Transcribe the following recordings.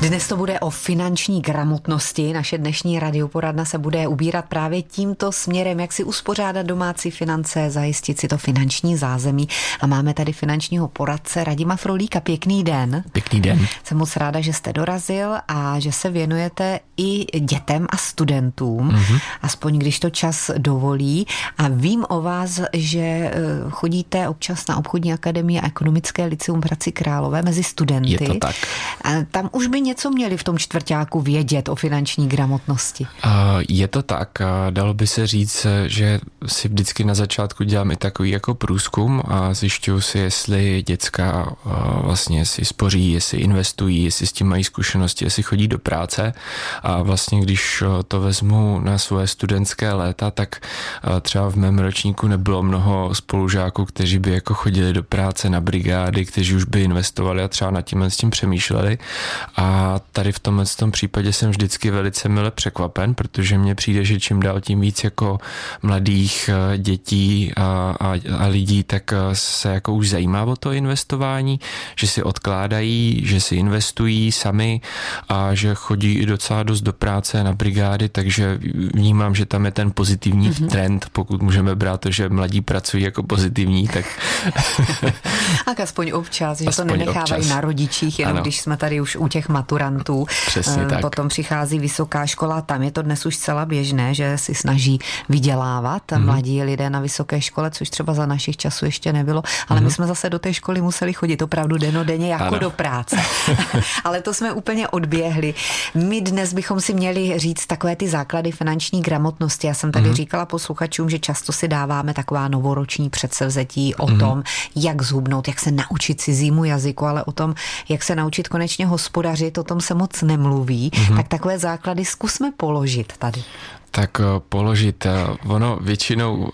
Dnes to bude o finanční gramotnosti. Naše dnešní radioporadna se bude ubírat právě tímto směrem, jak si uspořádat domácí finance, zajistit si to finanční zázemí. A máme tady finančního poradce Radima Frolíka. Pěkný den. Pěkný den. Jsem moc ráda, že jste dorazil a že se věnujete i dětem a studentům, aspoň když to čas dovolí. A vím o vás, že chodíte občas na obchodní akademii a ekonomické lyceum v Hradci Králové mezi studenty. Je to tak. A tam už by něco měli v tom čtvrťáku vědět o finanční gramotnosti. Je to tak. Dalo by se říct, že si vždycky na začátku dělám i takový jako průzkum a zjišťuju si, jestli děcka vlastně si spoří, jestli investují, jestli s tím mají zkušenosti, jestli chodí do práce. A vlastně když to vezmu na svoje studentské léta, tak třeba v mém ročníku nebylo mnoho spolužáků, kteří by jako chodili do práce na brigády, kteří už by investovali a třeba nad tím s tím přemýšleli. A tady v tomhle případě jsem vždycky velice mile překvapen, protože mně přijde, že čím dál tím víc jako mladých dětí a lidí tak se jako už zajímá o to investování, že si odkládají, že si investují sami a že chodí i docela dost do práce na brigády, takže vnímám, že tam je ten pozitivní trend, pokud můžeme brát to, že mladí pracují jako pozitivní, tak... A aspoň občas, že aspoň to nenechávají občas na rodičích, jenom když jsme tady už u těch maturantů. Přesně tak. Potom přichází vysoká škola, tam je to dnes už zcela běžné, že si snaží vydělávat mladí lidé na vysoké škole, což třeba za našich časů ještě nebylo, ale my jsme zase do té školy museli chodit opravdu dennodenně jako do práce. Ale to jsme úplně odběhli. My dnes bychom si měli říct takové ty základy finanční gramotnosti. Já jsem tady říkala posluchačům, že často si dáváme taková novoroční předsevzetí o tom, jak zhubnout, jak se naučit cizímu jazyku, ale o tom, jak se naučit konečně hospodařit, o tom se moc nemluví. Tak takové základy zkusme položit tady. Tak položit. Ono většinou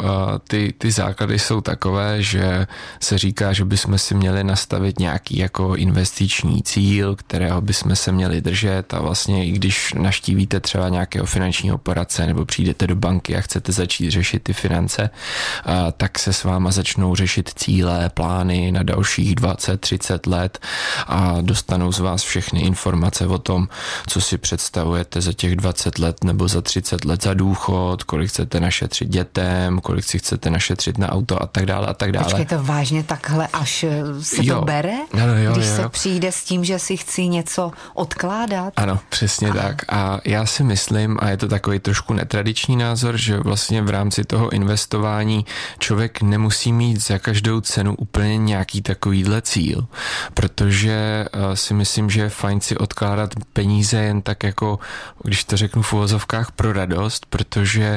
ty základy jsou takové, že se říká, že bychom si měli nastavit nějaký jako investiční cíl, kterého bychom se měli držet a vlastně i když navštívíte třeba nějakého finančního poradce nebo přijdete do banky a chcete začít řešit ty finance, tak se s váma začnou řešit cíle, plány na dalších 20-30 let a dostanou z vás všechny informace o tom, co si představujete za těch 20 let nebo za 30 let za důchod, kolik chcete našetřit dětem, kolik si chcete našetřit na auto a tak dále a tak dále. Počkej, to vážně takhle až se to bere? Ano, když se přijde s tím, že si chci něco odkládat? Ano, přesně tak. A já si myslím, a je to takový trošku netradiční názor, že vlastně v rámci toho investování člověk nemusí mít za každou cenu úplně nějaký takovýhle cíl, protože si myslím, že je fajn si odkládat peníze jen tak jako, když to řeknu v uvozovkách, pro radost, protože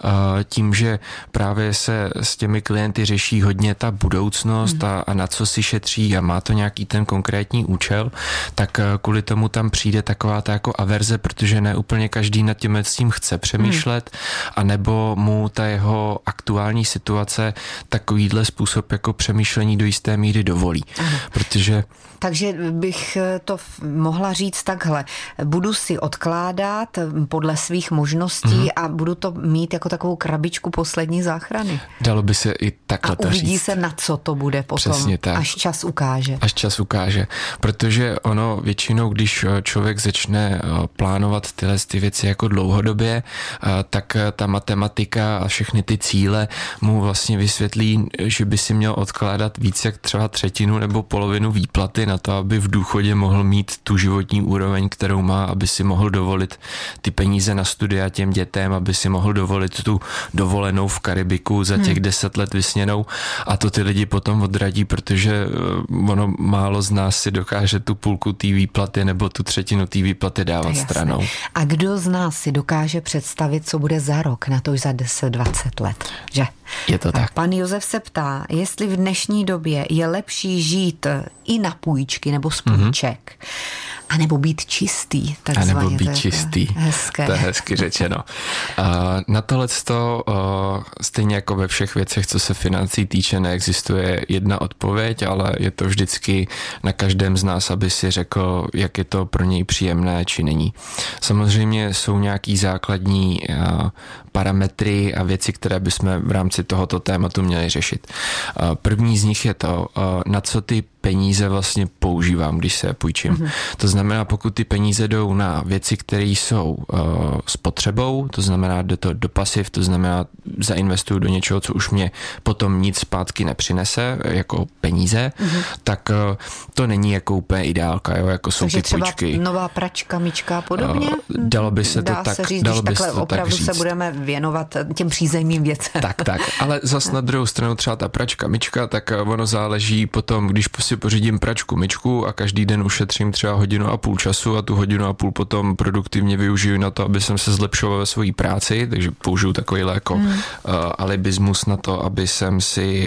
tím, že právě se s těmi klienty řeší hodně ta budoucnost a na co si šetří a má to nějaký ten konkrétní účel, tak kvůli tomu tam přijde taková ta jako averze, protože ne úplně každý nad tím chce přemýšlet, anebo mu ta jeho aktuální situace takovýhle způsob jako přemýšlení do jisté míry dovolí. Protože... Takže bych to mohla říct takhle. Budu si odkládat podle svých možností a budu to mít jako takovou krabičku poslední záchrany. Dalo by se i takhle to říct. A uvidí se, na co to bude potom, až čas ukáže. Až čas ukáže. Protože ono většinou, když člověk začne plánovat tyhle ty věci jako dlouhodobě, tak ta matematika a všechny ty cíle mu vlastně vysvětlí, že by si měl odkládat víc jak třeba třetinu nebo polovinu výplaty na to, aby v důchodě mohl mít tu životní úroveň, kterou má, aby si mohl dovolit ty peníze na studia těm dětem, aby si mohl dovolit tu dovolenou v Karibiku za těch 10 let vysněnou a to ty lidi potom odradí, protože ono málo z nás si dokáže tu půlku té výplaty nebo tu třetinu té výplaty dávat stranou. A kdo z nás si dokáže představit, co bude za rok, na to už za 10-20 let, že? Je to tak. Pan Josef se ptá, jestli v dnešní době je lepší žít i na půjčky nebo z půjček, a nebo být čistý, takzvaně. A nebo být čistý. Hezké. To je hezky řečeno. Na tohleto, stejně jako ve všech věcech, co se financí týče, neexistuje jedna odpověď, ale je to vždycky na každém z nás, aby si řekl, jak je to pro něj příjemné, či není. Samozřejmě jsou nějaký základní parametry a věci, které bychom v rámci tohoto tématu měli řešit. První z nich je to, na co ty peníze vlastně používám, když se je půjčím. To znamená, pokud ty peníze jdou na věci, které jsou spotřebou, to znamená, jde to do pasiv, to znamená, zainvestuju do něčeho, co už mě potom nic zpátky nepřinese, jako peníze, tak to není jako úplně ideálka, jo, jako jsou ty půjčky. Takže nová pračka, myčka a podobně? Dalo by se to Dá tak se říct, dalo když by se takhle to opravdu tak říct. se budeme věnovat těm přízemním věcem. Tak, ale zas na druhou stranu třeba ta pračka, myčka, tak ono záleží potom, když si pořídím pračku, myčku a každý den ušetřím třeba 1,5 hodiny času a tu 1,5 hodiny potom produktivně využiju na to, aby jsem se zlepšoval ve své práci, takže použiju takovýhle jako alibismus na to, aby jsem si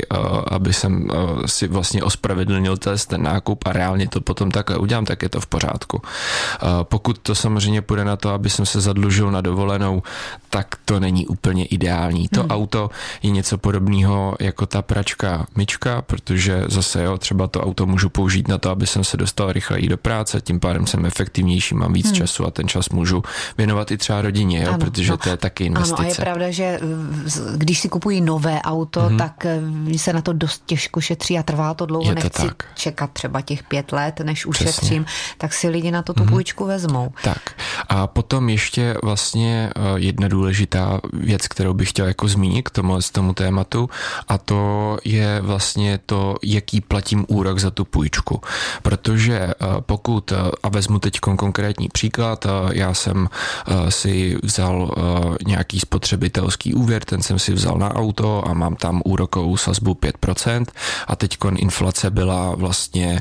vlastně ospravedlnil ten nákup a reálně to potom takhle udělám, tak je to v pořádku. Pokud to samozřejmě půjde na to, aby jsem se zadlužil na dovolenou, tak to není úplně ideální. To auto je něco podobného jako ta pračka, myčka, protože zase třeba to auto můžu použít na to, aby jsem se dostal rychleji do práce, tím pádem jsem efektivnější, mám víc času a ten čas můžu věnovat i třeba rodině, ano, protože to je taky investice. Ano, a je pravda, že když si kupují nové auto, tak se na to dost těžko šetří a trvá to dlouho, nechci čekat třeba těch 5 let, než ušetřím, tak si lidi na to tu půjčku vezmou. Tak a potom ještě vlastně jedna důležitá věc, kterou bych chtěl jako zmínit k tomu tématu, a to je vlastně to, jaký platím úrok za tu půjčku. Protože pokud, a vezmu teď konkrétní příklad, já jsem si vzal nějaký spotřebitelský úvěr, ten jsem si vzal na auto a mám tam úrokovou sazbu 5% a teďkon inflace byla vlastně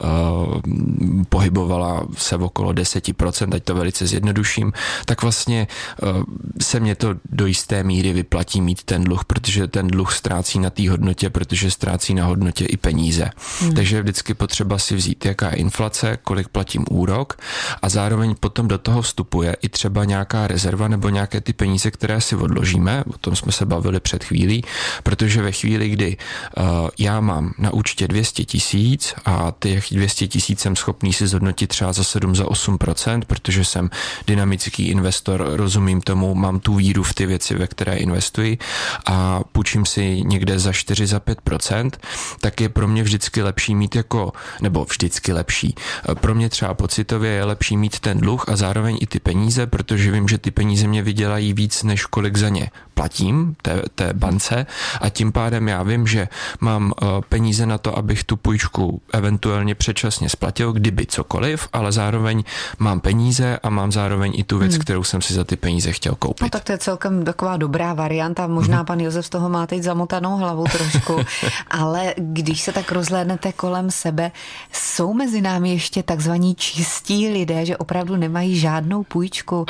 pohybovala se okolo 10%, ať to velice zjednoduším, tak vlastně se mě to do jisté míry vyplatí mít ten dluh, protože ten dluh ztrácí na té hodnotě, protože ztrácí na hodnotě i peníze. Takže je vždycky potřeba si vzít, jaká je inflace, kolik platím úrok a zároveň potom do toho vstupuje i třeba nějaká rezerva nebo nějaké ty peníze, které si odložíme, o tom jsme se bavili před chvílí, protože ve chvíli, kdy já mám na účtě 200 000 a těch 200 000 jsem schopný si zhodnotit třeba za 7-8%, protože jsem dynamický investor, rozumím tomu, mám tu víru v ty věci, ve které investuji a půjčím si někde za 4-5%, tak je pro mě vždycky lepší mít nebo vždycky lepší. Pro mě třeba pocitově je lepší mít ten dluh a zároveň i ty peníze, protože vím, že ty peníze mě vydělají víc, než kolik za ně platím té bance a tím pádem já vím, že mám peníze na to, abych tu půjčku eventuálně předčasně splatil, kdyby cokoliv, ale zároveň mám peníze a mám zároveň i tu věc, kterou jsem si za ty peníze chtěl koupit. No tak to je celkem taková dobrá varianta, možná pan Josef z toho má teď zamotanou hlavu trošku, ale když se tak rozhlédnete kolem sebe, jsou mezi námi ještě takzvaní čistí lidé, že opravdu nemají žádnou půjčku?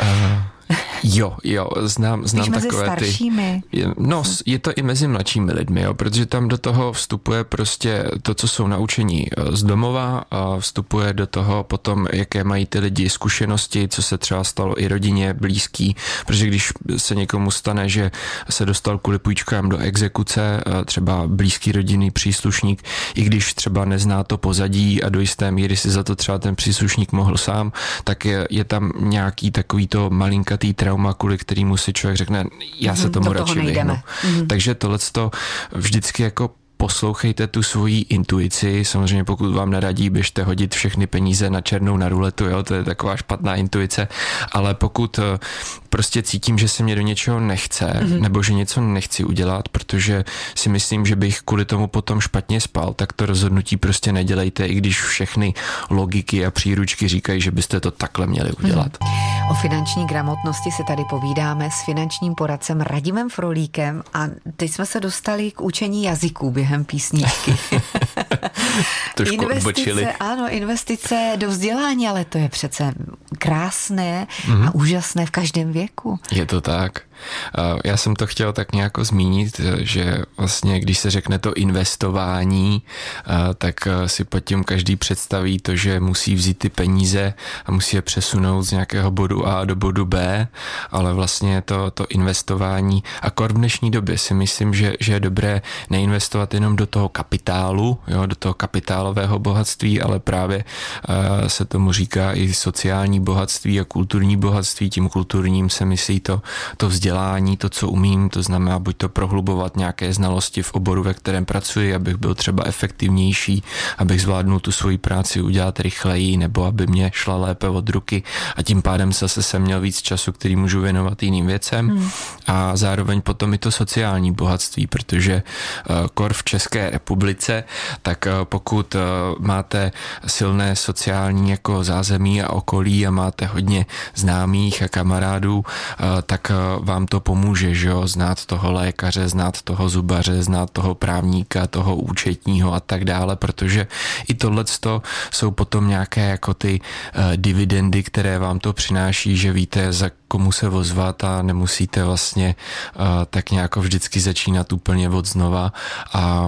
Jo, znám mezi takové staršími. No, je to i mezi mladšími lidmi, jo, protože tam do toho vstupuje prostě to, co jsou naučení z domova, a vstupuje do toho potom, jaké mají ty lidi zkušenosti, co se třeba stalo i rodině, blízký, protože když se někomu stane, že se dostal kvůli půjčkám do exekuce, třeba blízký rodinný příslušník, i když třeba nezná to pozadí a do jisté míry si za to třeba ten příslušník mohl sám, tak je tam nějaký takový to malinkatý trauma, kvůli kterému si člověk řekne, já se tomu radši vyhnu. Takže tohleto vždycky jako poslouchejte tu svoji intuici, samozřejmě pokud vám neradí, běžte hodit všechny peníze na černou na ruletu, jo, to je taková špatná intuice, ale pokud prostě cítím, že se mě do něčeho nechce, nebo že něco nechci udělat, protože si myslím, že bych kvůli tomu potom špatně spal, tak to rozhodnutí prostě nedělejte, i když všechny logiky a příručky říkají, že byste to takhle měli udělat. O finanční gramotnosti si tady povídáme s finančním poradcem Radimem Frolíkem a teď jsme se dostali k učení jazyků během písničky. Investice do vzdělání, ale to je přece krásné a úžasné v každém věku. Je to tak. Já jsem to chtěl tak nějak zmínit, že vlastně, když se řekne to investování, tak si pod tím každý představí to, že musí vzít ty peníze a musí je přesunout z nějakého bodu A do bodu B, ale vlastně to investování, akor v dnešní době si myslím, že je dobré neinvestovat jenom do toho kapitálu, jo, do toho kapitálového bohatství, ale právě se tomu říká i sociální bohatství a kulturní bohatství. Tím kulturním se myslí to vzdělání, to, co umím, to znamená buď to prohlubovat nějaké znalosti v oboru, ve kterém pracuji, abych byl třeba efektivnější, abych zvládnul tu svoji práci udělat rychleji, nebo aby mě šla lépe od ruky a tím pádem zase jsem měl víc času, který můžu věnovat jiným věcem. A zároveň potom i to sociální bohatství, protože kor v České republice, tak pokud máte silné sociální jako zázemí a okolí a máte hodně známých a kamarádů, tak vám to pomůže, že jo, znát toho lékaře, znát toho zubaře, znát toho právníka, toho účetního a tak dále, protože i tohleto jsou potom nějaké jako ty dividendy, které vám to přináší, že víte, za komu se ozvat a nemusíte vlastně tak nějak vždycky začínat úplně od znova a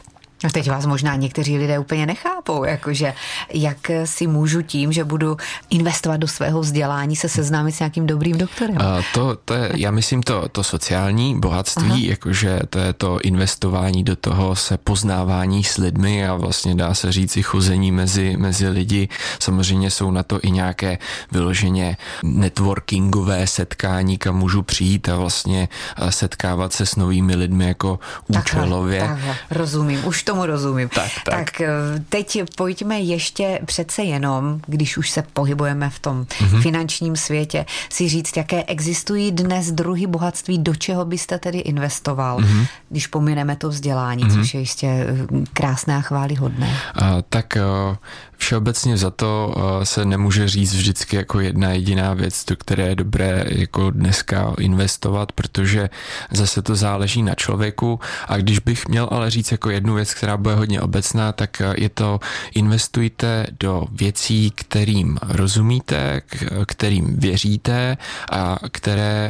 a teď vás možná někteří lidé úplně nechápou, jakože jak si můžu tím, že budu investovat do svého vzdělání, se seznámit s nějakým dobrým doktorem. To je, já myslím to sociální bohatství, jakože to je to investování do toho se poznávání s lidmi a vlastně dá se říct i chození mezi lidi. Samozřejmě jsou na to i nějaké vyloženě networkingové setkání, kam můžu přijít a vlastně setkávat se s novými lidmi jako účelově. Takhle, rozumím, už tomu rozumím. Tak teď pojďme ještě přece jenom, když už se pohybujeme v tom finančním světě, si říct, jaké existují dnes druhy bohatství, do čeho byste tedy investoval, když pomineme to vzdělání, což je jistě krásné a chvályhodné. Tak všeobecně za to se nemůže říct vždycky jako jedna jediná věc, do které je dobré jako dneska investovat, protože zase to záleží na člověku a když bych měl ale říct jako jednu věc, která bude hodně obecná, tak je to investujte do věcí, kterým rozumíte, kterým věříte a které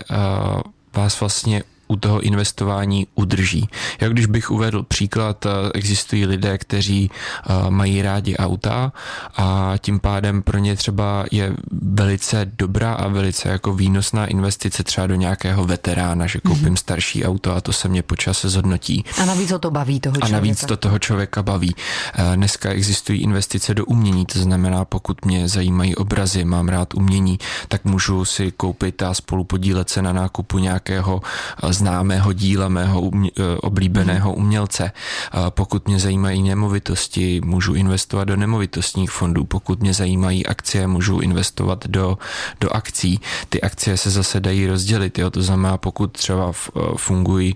vás vlastně u toho investování udrží. Jak když bych uvedl příklad, existují lidé, kteří mají rádi auta a tím pádem pro ně třeba je velice dobrá a velice jako výnosná investice třeba do nějakého veterána, že koupím starší auto a to se mě po čase zhodnotí. A navíc to baví toho člověka. A navíc to toho člověka baví. Dneska existují investice do umění, to znamená, pokud mě zajímají obrazy, mám rád umění, tak můžu si koupit a spolupodílet se na nákupu nějakého známého díla mého oblíbeného umělce. Pokud mě zajímají nemovitosti, můžu investovat do nemovitostních fondů. Pokud mě zajímají akcie, můžu investovat do akcí. Ty akcie se zase dají rozdělit. Jo? To znamená, pokud třeba fungují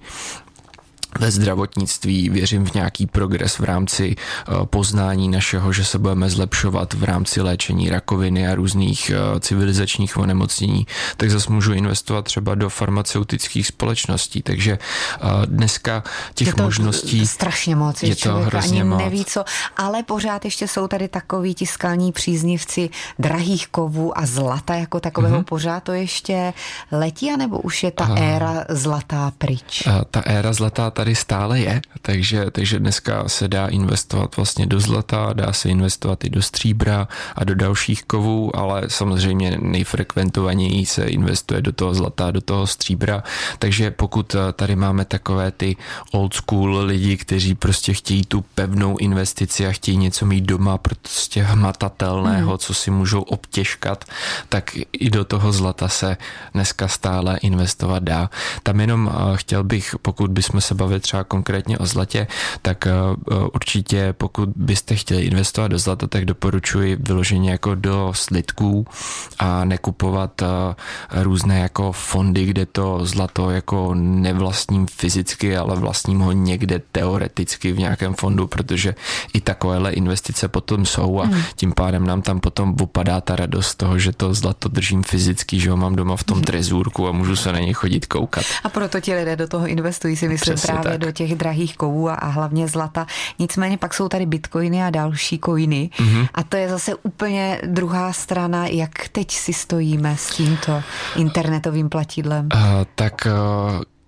ve zdravotnictví, věřím v nějaký progres v rámci poznání našeho, že se budeme zlepšovat v rámci léčení rakoviny a různých civilizačních onemocnění, tak zase můžu investovat třeba do farmaceutických společností. Takže dneska těch možností strašně moc, je to hrozně ani moc. Neví co, ale pořád ještě jsou tady takoví ti skalní příznivci drahých kovů a zlata jako takového. Pořád to ještě letí, anebo už je ta éra zlatá pryč? Ta éra zlatá tady stále je, takže dneska se dá investovat vlastně do zlata, dá se investovat i do stříbra a do dalších kovů, ale samozřejmě nejfrekventovaněji se investuje do toho zlata, do toho stříbra, takže pokud tady máme takové ty old school lidi, kteří prostě chtějí tu pevnou investici a chtějí něco mít doma prostě hmatatelného, co si můžou obtěžkat, tak i do toho zlata se dneska stále investovat dá. Tam jenom chtěl bych, pokud bychom se bavili třeba konkrétně o zlatě, tak určitě pokud byste chtěli investovat do zlata, tak doporučuji vyloženě jako do slitků a nekupovat různé jako fondy, kde to zlato jako nevlastním fyzicky, ale vlastním ho někde teoreticky v nějakém fondu, protože i takovéhle investice potom jsou a tím pádem nám tam potom opadá ta radost z toho, že to zlato držím fyzicky, že ho mám doma v tom trezůrku a můžu se na něj chodit koukat. A proto ti lidé do toho investují, si myslím, Přesně právě tak. do těch drahých kovů a hlavně zlata. Nicméně pak jsou tady bitcoiny a další coiny a to je zase úplně druhá strana, jak teď si stojíme s tímto internetovým platidlem.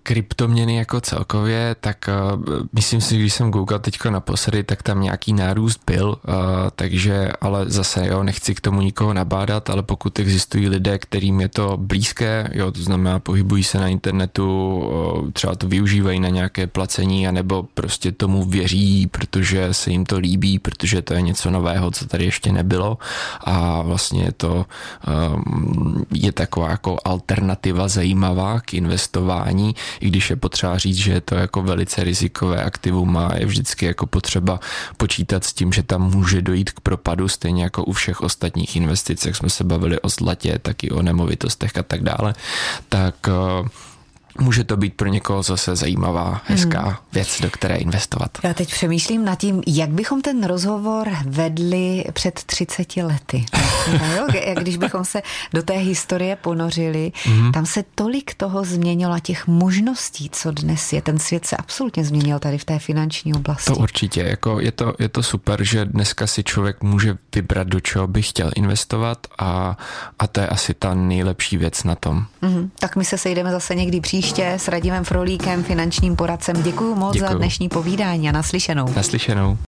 kryptoměny jako celkově, tak myslím si, když jsem googlil teďko naposledy, tak tam nějaký nárůst byl, takže ale zase nechci k tomu nikoho nabádat, ale pokud existují lidé, kterým je to blízké, to znamená pohybují se na internetu, třeba to využívají na nějaké placení, anebo prostě tomu věří, protože se jim to líbí, protože to je něco nového, co tady ještě nebylo a vlastně to je taková jako alternativa zajímavá k investování, i když je potřeba říct, že je to jako velice rizikové aktivum a je vždycky jako potřeba počítat s tím, že tam může dojít k propadu, stejně jako u všech ostatních investic, jak jsme se bavili o zlatě, tak i o nemovitostech a tak dále, tak může to být pro někoho zase zajímavá, hezká věc, do které investovat. Já teď přemýšlím nad tím, jak bychom ten rozhovor vedli před 30 lety. Jak když bychom se do té historie ponořili, tam se tolik toho změnilo a těch možností, co dnes je. Ten svět se absolutně změnil tady v té finanční oblasti. To určitě, jako je to super, že dneska si člověk může vybrat, do čeho by chtěl investovat a to je asi ta nejlepší věc na tom. Tak my se sejdeme zase někdy příště s Radimem Frolíkem, finančním poradcem. Děkuju moc za dnešní povídání a naslyšenou. Naslyšenou.